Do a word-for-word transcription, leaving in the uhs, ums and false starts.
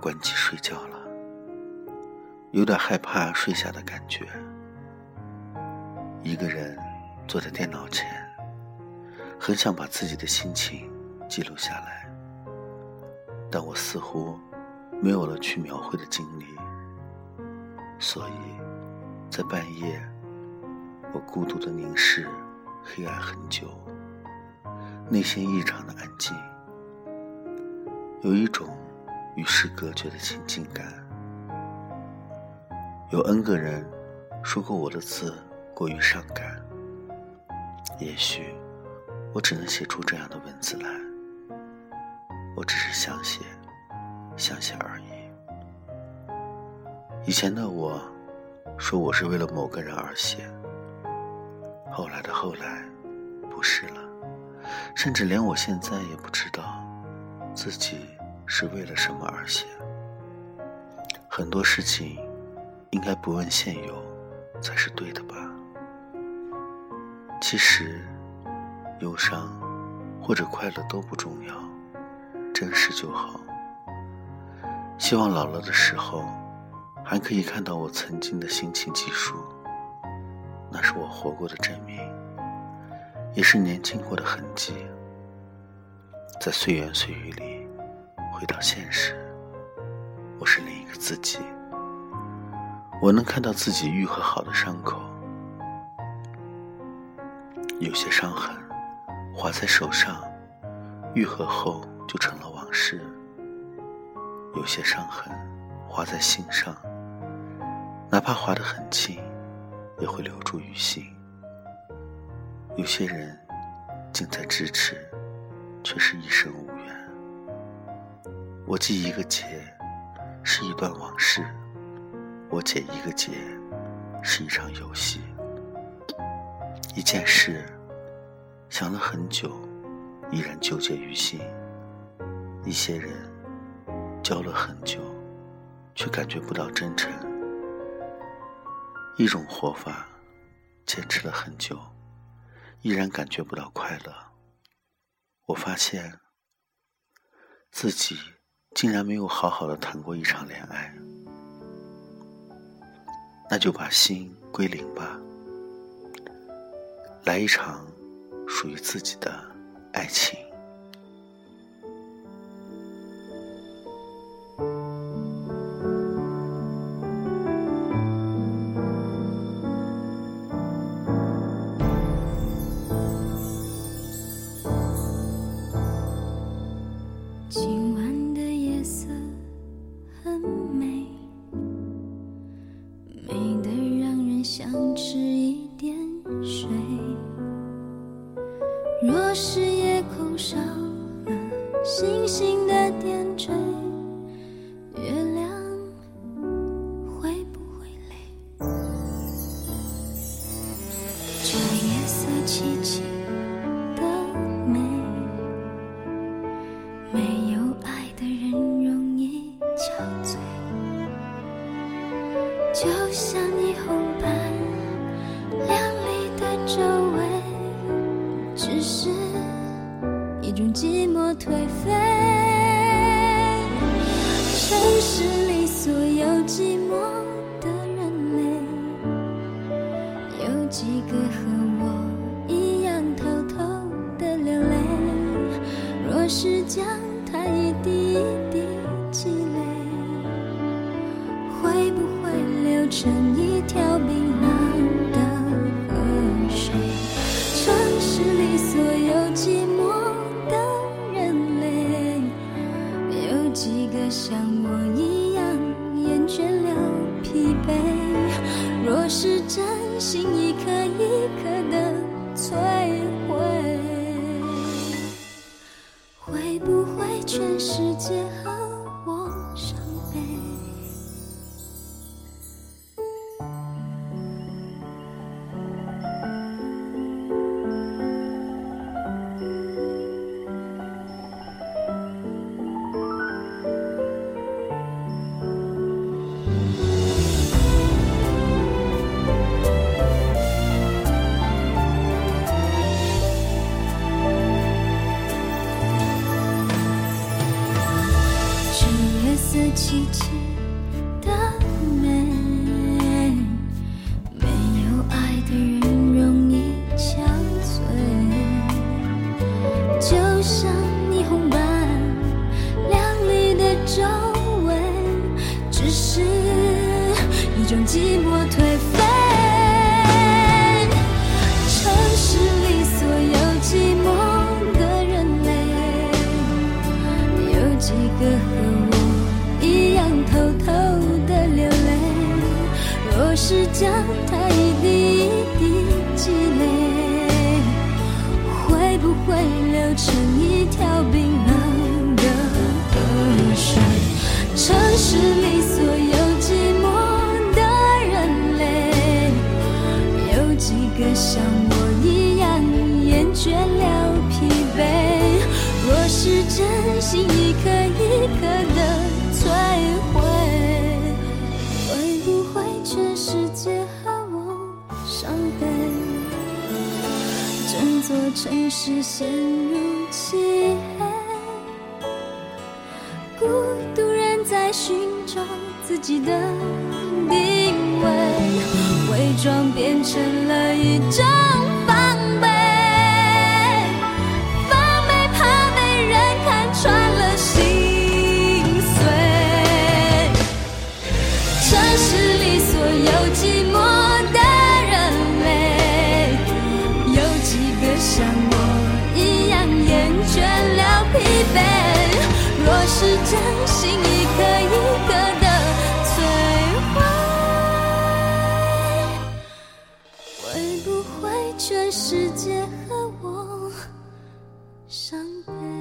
关机睡觉了，有点害怕睡下的感觉。一个人坐在电脑前，很想把自己的心情记录下来，但我似乎没有了去描绘的精力，所以在半夜，我孤独地凝视黑暗很久，内心异常的安静，有一种与世隔绝的亲近感。有 N 个人说过我的字过于伤感，也许我只能写出这样的文字来，我只是想写想写而已。以前的我说我是为了某个人而写，后来的后来不是了，甚至连我现在也不知道自己是为了什么而写。很多事情应该不问现有才是对的吧。其实忧伤或者快乐都不重要，真实就好。希望老了的时候还可以看到我曾经的心情记述，那是我活过的证明，也是年轻过的痕迹。在岁月岁月里回到现实，我是另一个自己。我能看到自己愈合好的伤口，有些伤痕划在手上，愈合后就成了往事；有些伤痕划在心上，哪怕划得很轻，也会留住于心。有些人近在咫尺，却是一生无缘。我记一个结，是一段往事；我解一个结，是一场游戏。一件事想了很久，依然纠结于心；一些人交了很久，却感觉不到真诚；一种活法坚持了很久，依然感觉不到快乐。我发现自己竟然没有好好的谈过一场恋爱，那就把心归零吧，来一场属于自己的爱情。 今晚的夜色很美，美得让人想吃一点水。若是夜空少了星星的点缀，月亮会不会累？这夜色凄凄的美，没有爱的人容易憔悴，就像霓虹般亮丽的周围，只是一种寂寞颓废。城市里所有寂寞的人类，有几个和我一样偷偷的流泪？若是将它一滴一滴积累，会不会流成一条冰冷的河水？城市里所有寂寞的人类，有几个像我一样厌倦了疲惫？若是真心一颗一颗的摧毁，会不会全世界和我伤悲？ 种寂寞颓废。城市里所有寂寞的人类，有几个和我一样偷偷的流泪？若是将它一滴一滴积累，会不会流成一条冰冷的河水？城市里所有寂寞的人类，有几个像我一样厌倦了疲惫？若是真心一颗一颗的摧毁，会不会全世界和我伤悲？整座城市陷入漆黑，孤独人在寻找自己的定位，伪装变成了一种防备，防备怕被人看穿了心碎。城市里所有寂寞的人类，有几个像我一样厌倦了疲惫？若是真心一颗一颗的摧毁，会不会全世界和我伤悲？